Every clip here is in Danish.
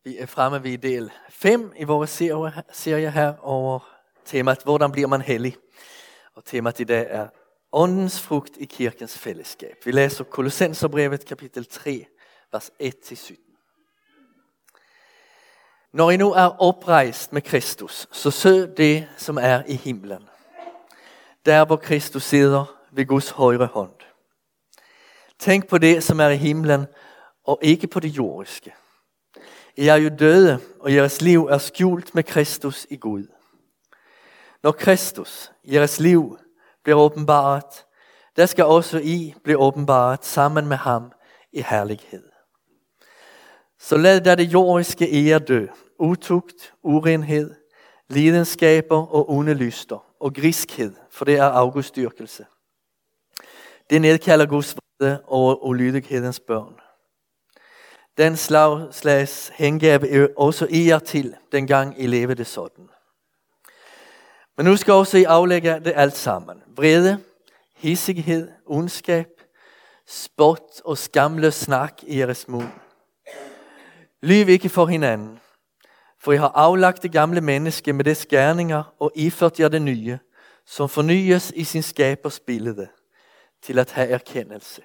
Vi er fremme ved del 5 i vores serie her over temaet, hvordan bliver man hellig? Og temaet i dag er åndens frugt i kirkens fællesskab. Vi læser Kolossenserbrevet kapitel 3, vers 1-17. Når I nu er oprejst med Kristus, så søg det, som er i himlen. Der hvor Kristus sidder ved Guds højre hånd. Tænk på det, som er i himlen, og ikke på det jordiske. I er jo døde, og jeres liv er skjult med Kristus i Gud. Når Kristus, jeres liv, bliver åbenbaret, der skal også I blive åbenbaret sammen med ham i herlighed. Så lad der det jordiske i jer dø, utugt, urenhed, lidenskaber og onde lyster og griskhed, for det er afgudstyrkelse. Det nedkalder Guds vrede over ulydighedens børn. Den slags hengav også I jer til, dengang I levede sådan. Men nu skal også I aflægge det alt sammen. Vrede, hissighed, ondskab, spot og skamløs snak i jeres mund. Lyv ikke for hinanden, for I har aflagt det gamle menneske med dets gerninger og iført jer det nye, som fornyes i sin skabers billede, til at have erkendelse.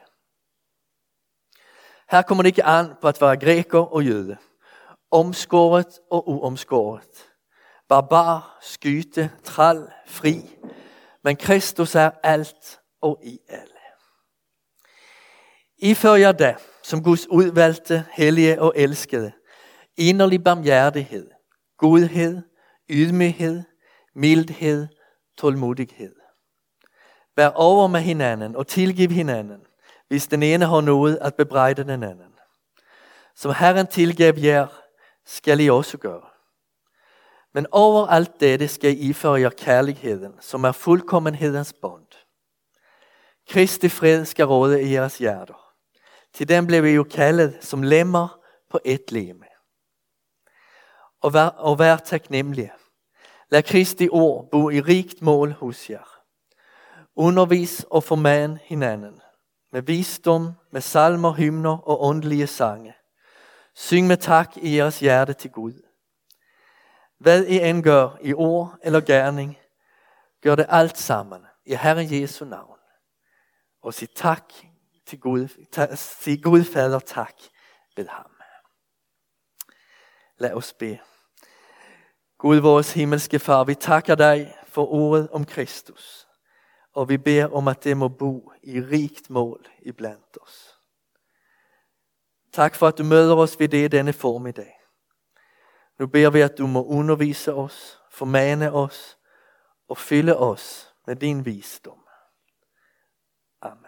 Her kommer det ikke an på at være græker og jøde, omskåret og uomskåret, barbar, skyte, træl, fri, men Kristus er alt og i alle. Ifør jer da, som Guds udvalgte, hellige og elskede, inderlig barmhjertighed, godhed, ydmyghed, mildhed, tålmodighed. Vær over med hinanden og tilgiv hinanden, hvis den ene har noget at bebrejde den anden. Som Herren tilgav jer, skal I også gøre. Men over alt dette skal I iføre jer kærligheden, som er fuldkommenhedens bånd. Kristi fred skal råde i jeres hjerter. Til dem blev I jo kaldet som lemmer på et legeme. Og vær taknemmelige. Lad Kristi ord bo i rigt mål hos jer. Undervis og forman hinanden. Med visdom, med salmer, hymner og åndelige sange. Syng med tak i jeres hjerte til Gud. Hvad I end gør i ord eller gerning, gør det alt sammen i Herren Jesu navn. Og sig tak til Gud, sig Gud Fader tak ved ham. Lad os bede. Gud vores himmelske far, vi takker dig for ordet om Kristus. Og vi beder om, at det må bo i rigt mål iblandt os. Tak for, at du møder os ved det denne formiddag. Nu beder vi, at du må undervise os, formane os og fylde os med din visdom. Amen.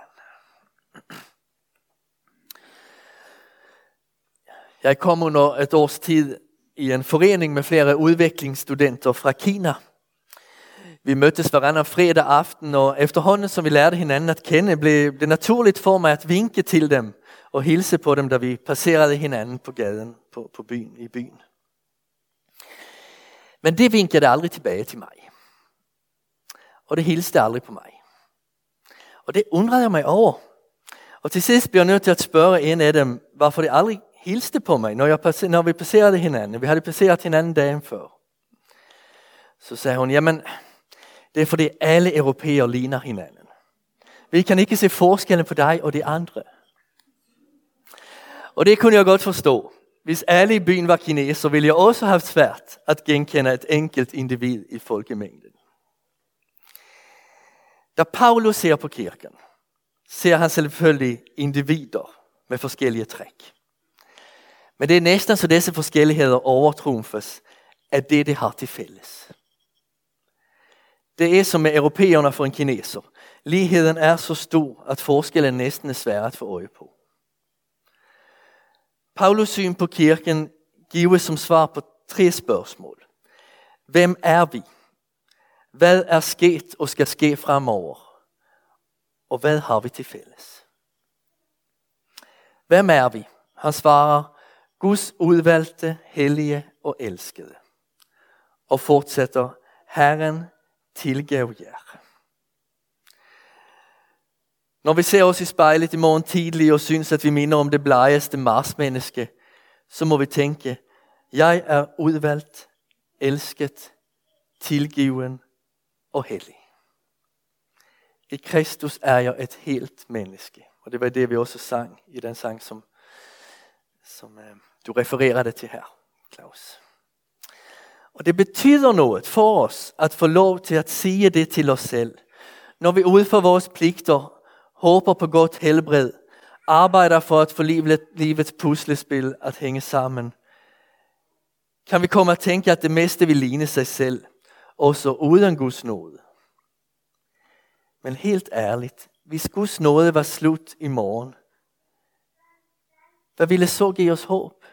Jeg kom under et års tid i en forening med flere udviklingsstudenter fra Kina. Vi mødtes hverandre fredag aften, og efterhånden som vi lærte hinanden at kende, blev det naturligt for mig at vinke til dem og hilse på dem, da vi passerede hinanden på gaden i byen. Men det vinkede aldrig tilbage til mig. Og det hilste aldrig på mig. Og det undrede jeg mig over. Og til sidst blev jeg nødt til at spørge en af dem, hvorfor det aldrig hilste på mig, når vi passerede hinanden. Vi havde passeret hinanden dagen før. Så sagde hun, jamen, det er fordi alle europæere ligner hinanden. Vi kan ikke se forskellen på dig og de andre. Og det kunne jeg godt forstå. Hvis alle i byen var kineser, ville jeg også have svært at genkende et enkelt individ i folkemængden. Da Paulus ser på kirken, ser han selvfølgelig individer med forskellige træk. Men det er næsten så disse forskelligheder overtrumfes af det, de har til fælles. Det er som med europæerne for en kineser. Ligheden er så stor, at forskellen næsten er svær at få øje på. Paulus syn på kirken gives som svar på 3 spørgsmål. Hvem er vi? Hvad er sket og skal ske fremover? Og hvad har vi til fælles? Hvem er vi? Han svarer, Guds udvalgte, hellige og elskede. Og fortsætter, Herren tilgav jer. Når vi ser os i spejlet i morgen tidlig og synes, at vi minder om det blegeste marsmenneske, så må vi tænke, Jeg er udvalgt, elsket, tilgiven og hellig. I Kristus er jeg et helt menneske. Og det var det, vi også sang i den sang, som du refererede til her, Claus. Og det betyder noget for os at få lov til at sige det til os selv. Når vi ud for vores pligter, håber på godt helbred, arbejder for at få livets puslespil at hænge sammen, kan vi komme at tænke, at det meste vil ligne sig selv, også uden Guds nåde. Men helt ærligt, hvis Guds nåde var slut i morgen, hvad ville så give os håb?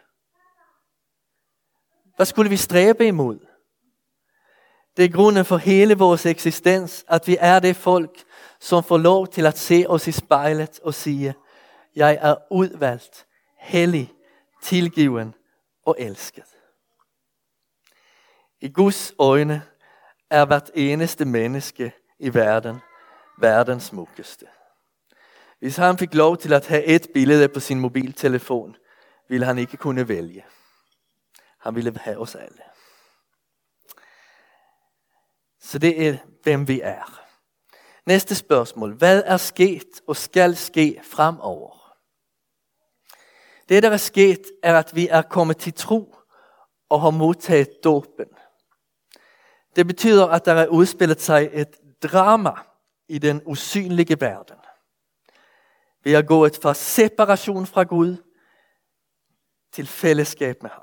Hvad skulle vi stræbe imod? Det er grunden for hele vores eksistens, at vi er det folk, som får lov til at se os i spejlet og sige, jeg er udvalgt, hellig, tilgiven og elsket. I Guds øjne er hvert eneste menneske i verden verdens smukkeste. Hvis han fik lov til at have et billede på sin mobiltelefon, ville han ikke kunne vælge. Han ville have os alle. Så det er, hvem vi er. Næste spørgsmål. Hvad er sket og skal ske fremover? Det, der er sket, er, at vi er kommet til tro og har modtaget dåben. Det betyder, at der er udspillet sig et drama i den usynlige verden. Vi er gået fra separation fra Gud til fællesskab med ham.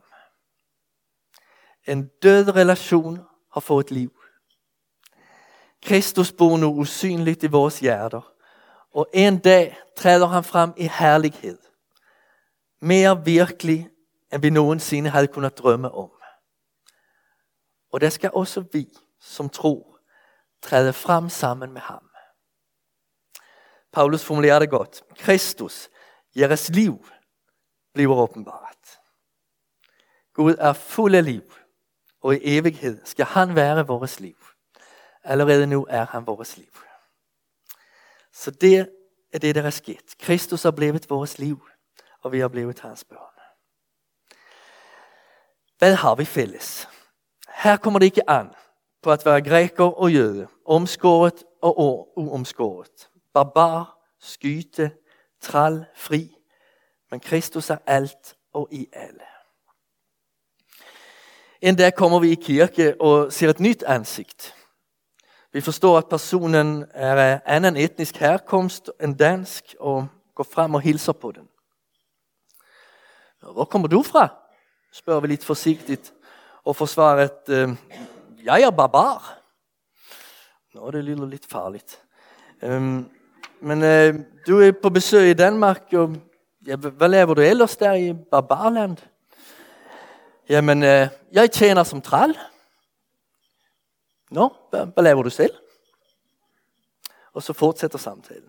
En død relation har fået liv. Kristus bor nu usynligt i vores hjerter, og en dag træder han frem i herlighed. Mere virkelig, end vi nogensinde havde kunnet drømme om. Og der skal også vi, som tror, træde frem sammen med ham. Paulus formulerer det godt. Kristus, jeres liv, bliver åbenbart. Gud er fuld af liv, og i evighed skal han være vores liv. Allerede nu er han vores liv. Så det er det, der er sket. Kristus er blevet vores liv, og vi er blevet hans børn. Hvad har vi fælles? Her kommer det ikke an på at være græker og jøde, omskåret og uomskåret, barbar, skyte, træl, fri, men Kristus er alt og i alle. En dag kommer vi i kirke og ser et nyt ansigt. Vi forstår, at personen er af anden etnisk herkomst end dansk, og går frem og hilser på den. Hvor kommer du fra? Spørger vi lidt forsigtigt, og får svaret, jeg er barbar. Nå, det lyder lidt farligt. Men du er på besøg i Danmark, og hvad laver du ellers der i barbarland? Jamen, jeg tjener som træl. Nå, hvad laver du selv? Og så fortsætter samtalen.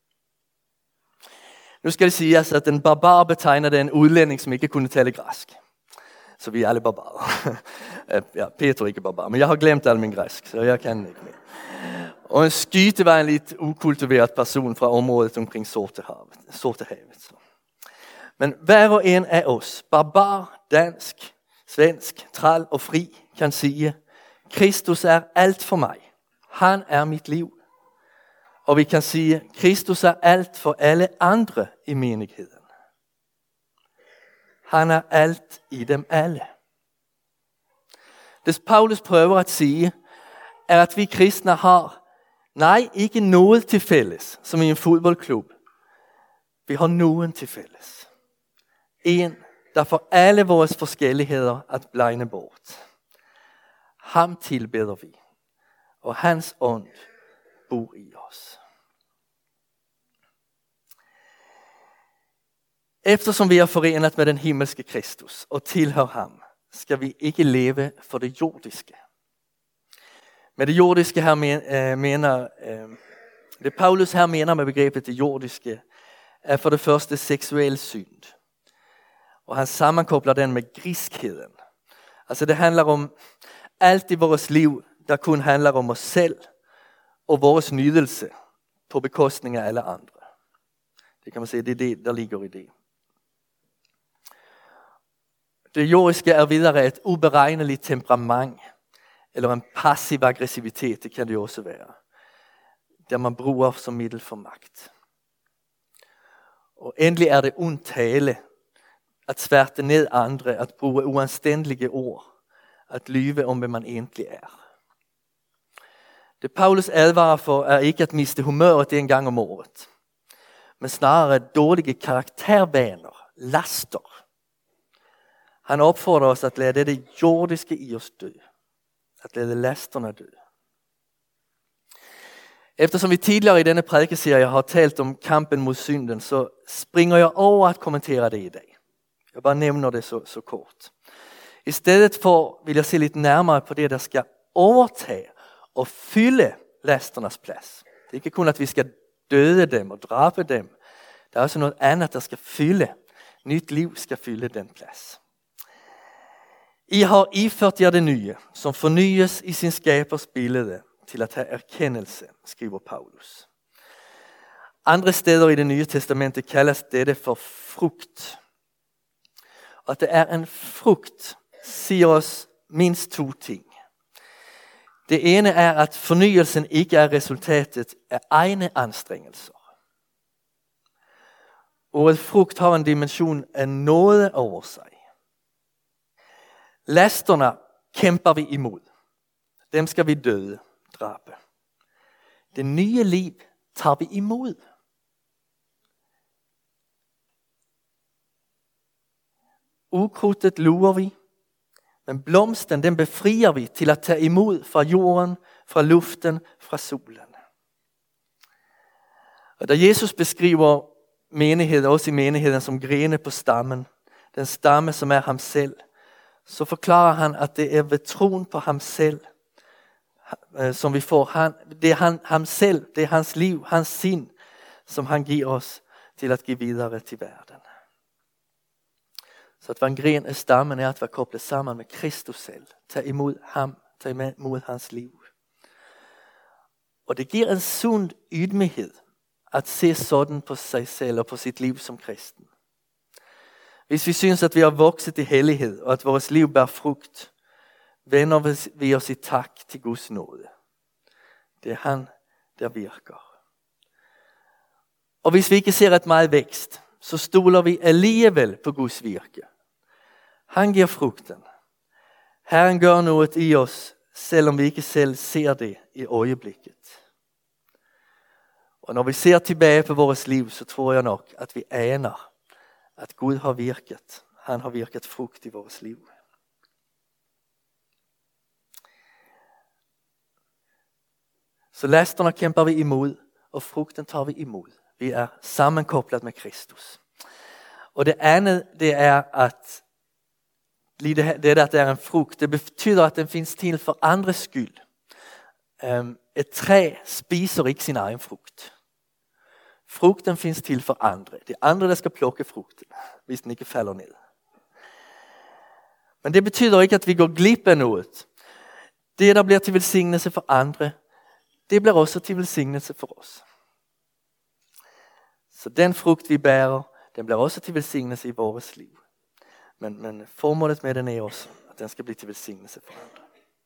Nu skal det siges, at en barbar betegnede en udlænding, som ikke kunne tale græsk. Så vi er alle barbarer. Ja, Peter er ikke barbar, men jeg har glemt al min græsk, så jeg kan ikke mere. Og en skyte var en lidt ukultiveret person fra området omkring Sortehavet. Men hver og en af os, barbar, dansk, svensk, træl og fri, kan sige, Kristus er alt for mig. Han er mit liv. Og vi kan sige, Kristus er alt for alle andre i menigheden. Han er alt i dem alle. Det Paulus prøver at sige, er at vi kristne har, nej, ikke noget til fælles, som i en fodboldklub. Vi har nogen til fælles. En, der får alle vores forskelligheder at blegne bort. Ham tilbeder vi, og hans ånd bor i os. Eftersom vi er forenet med den himmelske Kristus og tilhører ham, skal vi ikke leve for det jordiske. Med det jordiske her mener, det Paulus her mener med begrebet det jordiske, er for det første seksuel synd. Og han sammenkobler den med griskheden. Altså det handler om alt i vores liv, der kun handler om os selv og vores nydelse på bekostning af alle andre. Det kan man sige, det er det, der ligger i det. Det jordiske er videre et uberegneligt temperament, eller en passiv aggressivitet, det kan det også være, der man bruger som middel for magt. Og endelig er det ond tale, at sværte ned andre, at bruge uanstændige ord, at lyve om, hvad man egentlig er. Det Paulus advarer for er ikke at miste humøret en gang om året, men snarere dårlige karaktervaner, laster. Han opfordrer os at lade det jordiske i os dø, at lade lasterne dø. Eftersom vi tidligere i denne prædikeserie har talt om kampen mod synden, så springer jeg over at kommentere det i dag. Jeg bare nævner det så kort. I stedet for vil jeg se lidt nærmere på det, der skal overtage og fylde lasternes plads. Det er ikke kun, at vi skal døde dem og dræbe dem. Der er også noget andet, der skal fylde. Nyt liv skal fylde den plads. I har iført jer det nye, som fornyes i sin skabers billede til at have erkendelse, skriver Paulus. Andre steder i det nye testamentet kaldes dette for frugt. Og det er en frugt, siger os mindst 2 ting. Det ene er, at fornyelsen ikke er resultatet af egne anstrengelser. Ordet frugt har en dimension af nåde over sig. Lasterne kæmper vi imod. Dem skal vi dræbe. Det nye liv tager vi imod. Ukrudtet lurer vi, men blomsten den befrier vi til at tage imod fra jorden, fra luften, fra solen. Og da Jesus beskriver menigheden, også i menigheden som grene på stammen, den stamme som er ham selv, så forklarer han, at det er ved troen på ham selv, som vi får. Det er ham selv, det er hans liv, hans sind, som han giver os til at give videre til verden. Så at være en gren af stammen er at være koblet sammen med Kristus selv. Tag imod ham, tag imod hans liv. Og det giver en sund ydmyghed at se sådan på sig selv og på sit liv som kristen. Hvis vi synes, at vi har vokset i hellighed og at vores liv bærer frugt, vender vi os i tak til Guds nåde. Det er han, der virker. Og hvis vi ikke ser et meget vækst, så stoler vi alligevel på Guds virke. Han giver frugten. Herren gør noget i os, selvom vi ikke selv ser det i øjeblikket. Og når vi ser tilbage på vores liv, så tror jeg nok, at vi aner, at Gud har virket. Han har virket frugt i vores liv. Så lasterne kæmper vi imod, og frugten tager vi imod. Vi er sammenkoblet med Kristus. Og det andet, det er at det er en frugt. Det betyder at den finns til for andres skyld. Et træ spiser ikke sin egen frugt. Frugten finns til for andre. Det er andre, der skal plukke frugten, hvis den ikke falder ned. Men det betyder ikke, at vi går glip af noget. Det, der bliver til velsignelse for andre, det bliver også til velsignelse for os. Så den frugt, vi bærer, den bliver også til velsignelse i vores liv. Men formålet med den er også, at den skal blive til velsignelse for andre.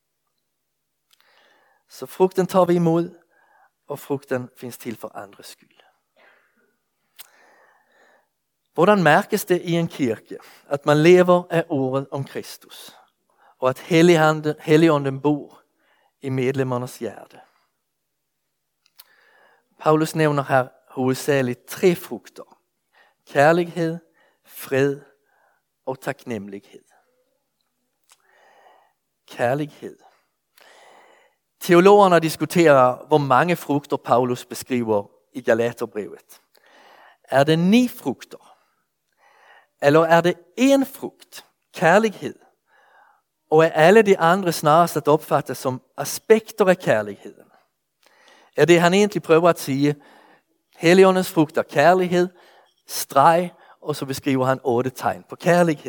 Så frugten tager vi imod, og frugten finns til for andres skyld. Hvordan mærkes det i en kirke, at man lever af ordet om Kristus, og at Helligånden bor i medlemmernes hjerte? Paulus nævner her hovedsageligt 3 frugter. Kærlighed, fred og taknemmelighed. Kærlighed. Teologerne diskuterer, hvor mange frugter Paulus beskriver i Galaterbrevet. Er det 9 frugter? Eller er det 1 frugt, kærlighed? Og er alle de andre snarest at opfatte som aspekter af kærligheden? Er det han egentlig prøver at sige, Helligåndens frugt er kærlighed, streg, og så beskriver han 8 tegn på kærlighed.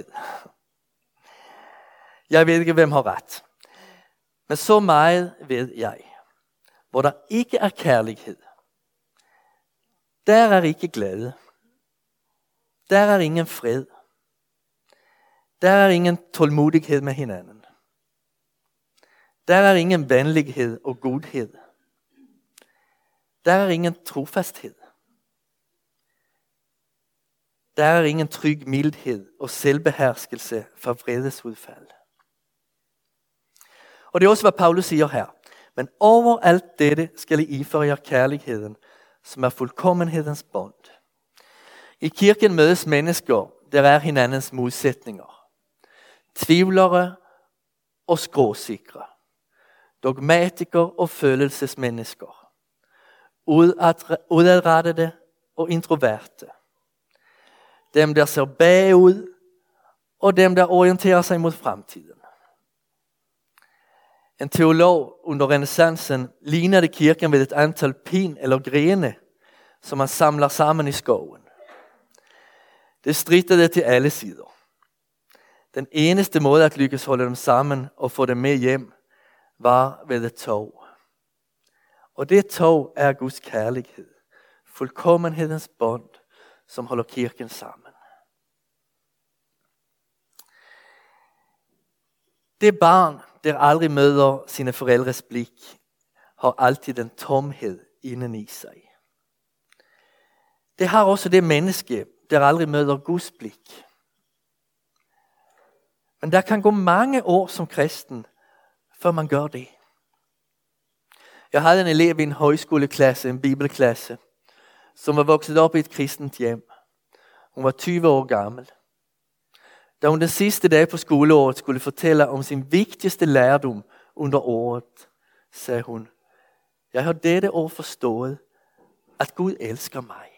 Jeg ved ikke, hvem har ret. Men så meget ved jeg. Hvor der ikke er kærlighed, der er ikke glæde. Der er ingen fred. Der der er ingen tålmodighed med hinanden. Der er ingen venlighed og godhed. Der er ingen trofasthed. Der er ingen trygg mildhed og selvbeherskelse for vredesudfald. Og det er også, hvad Paulus siger her. Men over alt dette skal I iføre jer kærligheden, som er fuldkommenhedens bånd. I kirken mødes mennesker, der er hinandens modsætninger. Tvivlere og skråsikre. Dogmatikere og følelsesmennesker. Udadrettede og introverte. Dem, der ser bagud, og dem, der orienterer sig mod fremtiden. En teolog under renæssansen lignede kirken ved et antal pin eller grene, som man samler sammen i skoven. Det strittede til alle sider. Den eneste måde at lykkes holde dem sammen og få dem med hjem, var ved et tog. Og det tog er Guds kærlighed, fuldkommenhedens bånd, som holder kirken sammen. Det barn, der aldrig møder sine forældres blik, har altid en tomhed inden i sig. Det har også det menneske, der aldrig møder Guds blik. Men der kan gå mange år som kristen, før man gør det. Jeg havde en elev i en højskoleklasse, en bibelklasse, som var vokset op i et kristent hjem. Hun var 20 år gammel. Da hun den sidste dag på skoleåret skulle fortælle om sin vigtigste lærdom under året, sagde hun: Jeg har dette år forstået, at Gud elsker mig.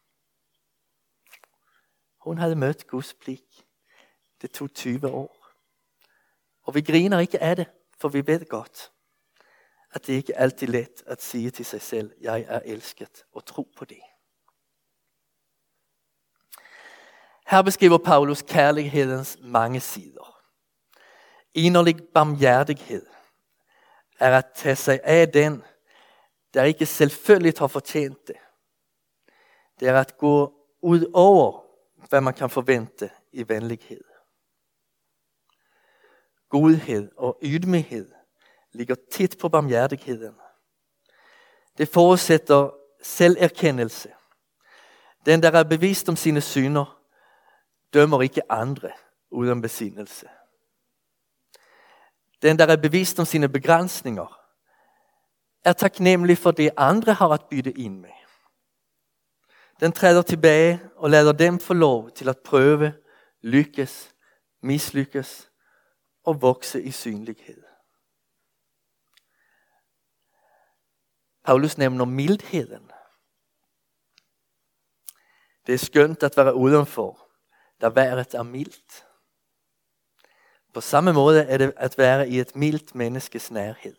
Hun havde mødt Guds blik. Det tog 20 år. Og vi griner ikke af det, for vi ved godt, at det ikke altid er let at sige til sig selv, jeg er elsket, og tro på det. Her beskriver Paulus kærlighedens mange sider. Inderlig barmhjertighed er at tage sig af den, der ikke selvfølgelig har fortjent det. Det er at gå ud over, hvad man kan forvente i venlighed. Godhed og ydmyghed ligger tit på barmhjertigheden. Det forudsætter selverkendelse. Den, der er bevidst om sine synder, dømmer ikke andre uden besindelse. Den, der er bevidst om sine begrænsninger, er taknemmelig for det andre har at bytte ind med. Den træder tilbage og lader dem få lov til at prøve, lykkes, mislykkes og vokse i synlighed. Paulus nævner mildheden. Det er skønt at være udenfor, da vejret er mildt. På samme måde er det at være i et mildt menneskes nærhed.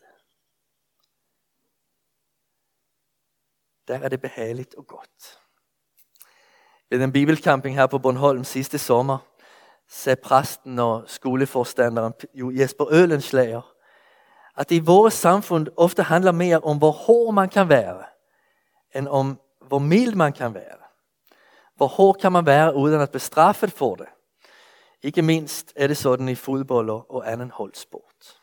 Der er det behageligt og godt. Ved en bibelcamping her på Bornholm sidste sommer, sagde præsten og skoleforstanderen Jesper Ølenslager, at det i vores samfund ofte handler mere om, hvor hård man kan være, end om, hvor mild man kan være. Hvor hård kan man være, uden at bestraffet for det? Ikke mindst er det sådan i fodbold og anden holdsport.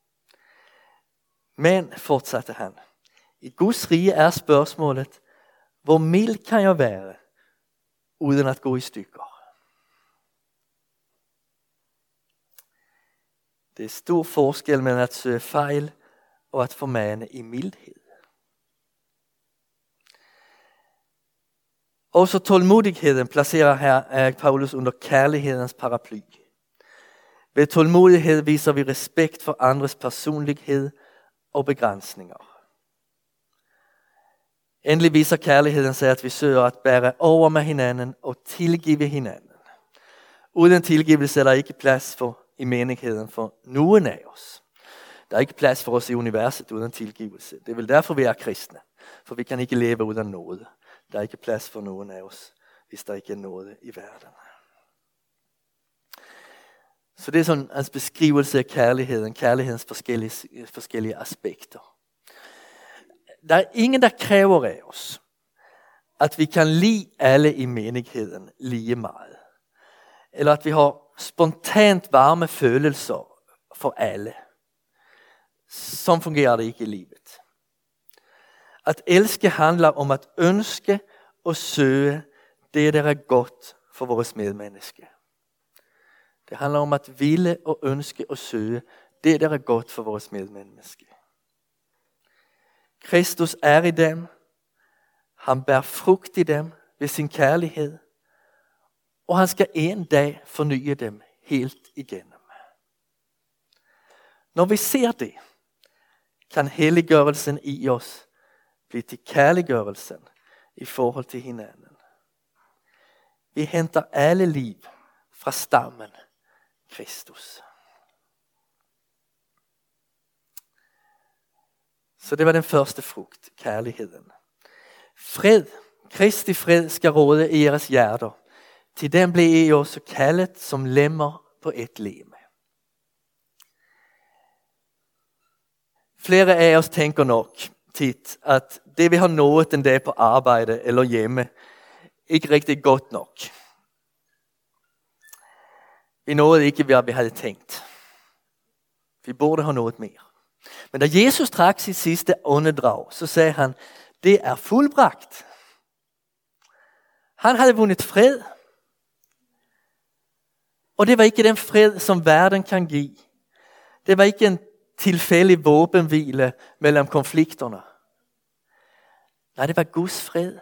Men, fortsatte han, i Guds rige er spørgsmålet, hvor mild kan jeg være, uden at gå i stykker? Det er stor forskel mellem at søge fejl og at formane i mildhed. Også tålmodigheden placerer her Paulus under kærlighedens paraply. Ved tålmodighed viser vi respekt for andres personlighed og begrænsninger. Endelig viser kærligheden sig, at vi søger at bære over med hinanden og tilgive hinanden. Uden tilgivelse er der ikke plads i menigheden for nogen af os. Der er ikke plads for os i universet uden tilgivelse. Det er vel derfor, vi er kristne. For vi kan ikke leve uden nåde. Der er ikke plads for nogen af os, hvis der ikke er nåde i verden. Så det er sådan en beskrivelse af kærligheden, kærlighedens forskellige aspekter. Der er ingen, der kræver af os, at vi kan lide alle i menigheden lige meget. Eller at vi har spontant varme følelser for alle. Sådan fungerer det ikke i livet. At elske handler om at ønske og søge det, der er godt for vores medmennesker. Det handler om at ville og ønske og søge det, der er godt for vores medmennesker. Kristus er i dem. Han bærer frugt i dem ved sin kærlighed. Og han skal en dag fornye dem helt igennem. Når vi ser det, kan helliggørelsen i os blive til kærliggørelsen i forhold til hinanden. Vi henter alle liv fra stammen Kristus. Så det var den første frugt, kærligheden. Fred, Kristi fred skal råde i jeres hjerter. Til den blev I også kaldet som lemmer på et leme. Flere af os tænker nok tit, at det vi har nået den dag på arbejde eller hjemme, ikke rigtig godt nok. Vi nåede ikke, hvad vi havde tænkt. Vi burde have nået mere. Men da Jesus trak sit sidste åndedrag, så sagde han, det er fuldbragt. Han havde vundet fred. Og det var ikke den fred, som verden kan give. Det var ikke en tilfældig våbenhvile mellem konflikterne. Nej, det var Guds fred.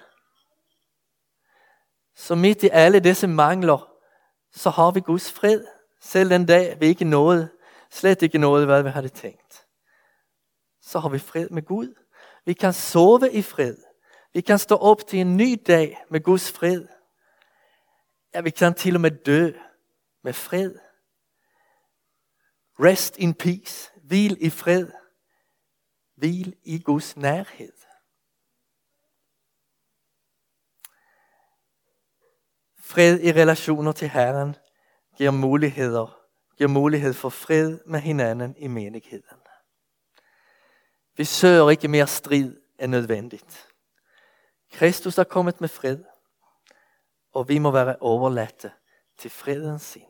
Så midt i alle disse mangler, så har vi Guds fred. Selv den dag vi ikke nåede, slet ikke nåede, hvad vi havde tænkt. Så har vi fred med Gud. Vi kan sove i fred. Vi kan stå op til en ny dag med Guds fred. Ja, vi kan til og med dø med fred. Rest in peace. Hvil i fred. Hvil i Guds nærhed. Fred i relationer til Herren giver mulighed for fred med hinanden i menigheden. Vi søger ikke mere strid end nødvendigt. Kristus er kommet med fred, og vi må være overladte til fredens sind.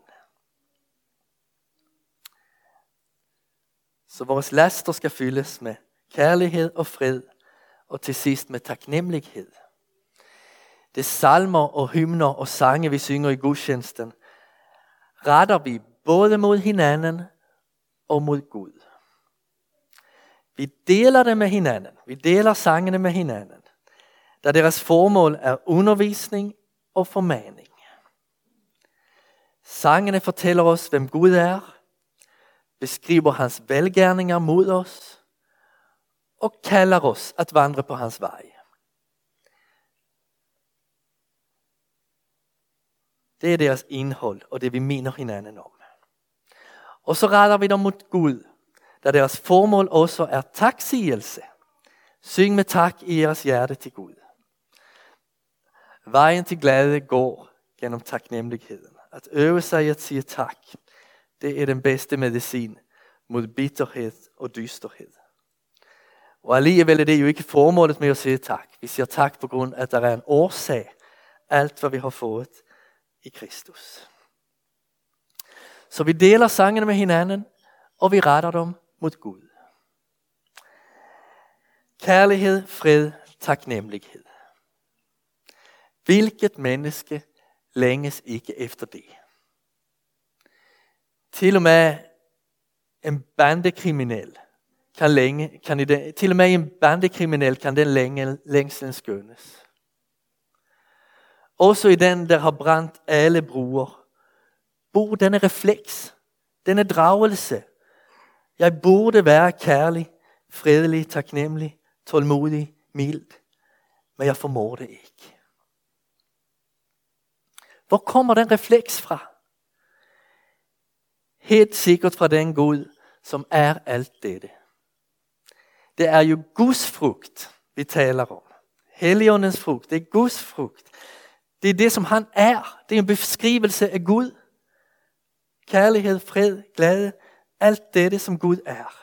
Så vores laster skal fyldes med kærlighed og fred, og til sidst med taknemmelighed. Det salmer og hymner og sange, vi synger i gudstjenesten, retter vi både mod hinanden og mod Gud. Vi deler det med hinanden. Vi deler sangene med hinanden, da deres formål er undervisning og formaning. Sangene fortæller os, hvem Gud er, beskriver hans velgerninger mod os og kalder os at vandre på hans vej. Det er deres indhold og det vi minder hinanden om. Og så retter vi dem mod Gud, da deres formål også er taksigelse. Syng med tak i jeres hjerte til Gud. Vejen til glæde går gennem taknemmeligheden. At øve sig at sige tak, det er den bedste medicin mod bitterhed og dysterhed. Og alligevel er det jo ikke formålet med at sige tak. Vi siger tak på grund af, at der er en årsag. Alt hvad vi har fået i Kristus. Så vi deler sangene med hinanden, og vi retter dem mod Gud. Kærlighed, fred, taknemmelighed. Hvilket menneske længes ikke efter det? Til og med en bandekriminel kan den længslen skønnes. Også i den, der har brændt alle broer, bor denne refleks, denne dragelse. Jeg burde være kærlig, fredelig, taknemmelig, tålmodig, mild, men jeg formår det ikke. Hvor kommer den refleks fra? Helt sikkert fra den Gud, som er alt dette. Det er jo Guds frugt, vi taler om. Helligåndens frugt, det er Guds frugt. Det er det, som han er. Det er en beskrivelse af Gud. Kærlighed, fred, glæde, alt dette, som Gud er.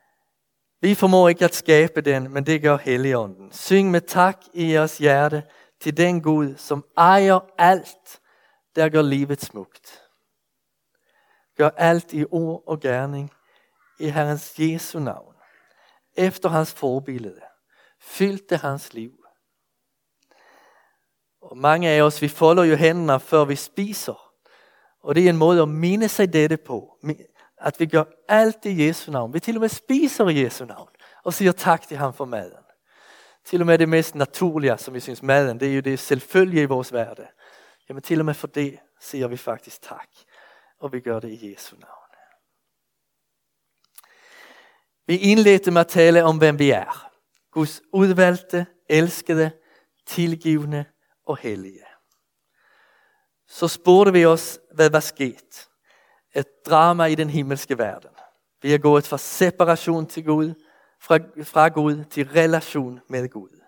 Vi formår ikke at skabe den, men det gør Helligånden. Syng med tak i jeres hjerte til den Gud, som ejer alt, der gør livet smukt. Gør alt i ord og gerning i Herrens Jesu navn, efter hans forbillede, fyldte hans liv. Og mange af os, vi folder jo hænderne, før vi spiser. Og det er en måde at minde sig dette på. At vi gør alt i Jesu navn. Vi til og med spiser i Jesu navn. Og siger tak til ham for maden. Til og med det mest naturlige, som vi synes maden, det er jo det selvfølgelige i vores hverdag. Jamen til og med for det siger vi faktisk tak. Og vi gør det i Jesu navn. Vi indledte med at tale om, hvem vi er. Guds udvalgte, elskede, tilgivende og hellige. Så spurgte vi os, hvad var sket? Et drama i den himmelske verden. Vi er gået fra separation til Gud, fra Gud til relation med Gud.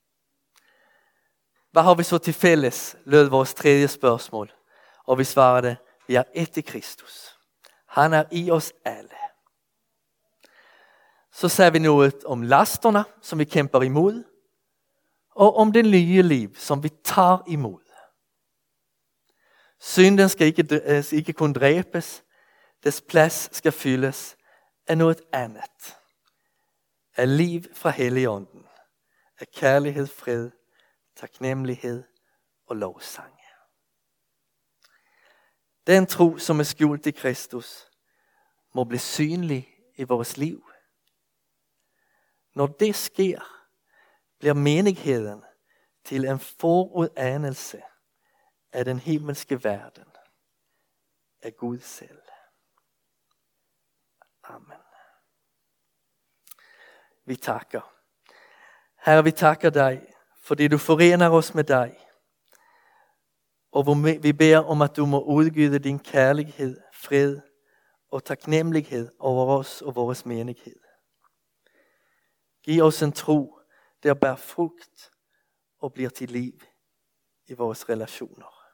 Hvad har vi så til fælles, lød vores tredje spørgsmål. Og vi svarede, vi er et i Kristus. Han er i os alle. Så sagde vi noget om lasterne, som vi kæmper imod, og om det nye liv, som vi tager imod. Synden skal ikke kun dræbes, dets plads skal fyldes af noget andet. Af liv fra Helligånden, af kærlighed, fred, taknemmelighed og lovsang. Den tro, som er skjult i Kristus, må blive synlig i vores liv. Når det sker, bliver menigheden til en forudanelse af den himmelske verden, af Gud selv. Amen. Vi takker. Herre, vi takker dig, fordi du forener os med dig. Og vi beder om, at du må udgyde din kærlighed, fred og taknemmelighed over os og vores menighed. Giv os en tro, der bærer frugt og bliver til liv i vores relationer.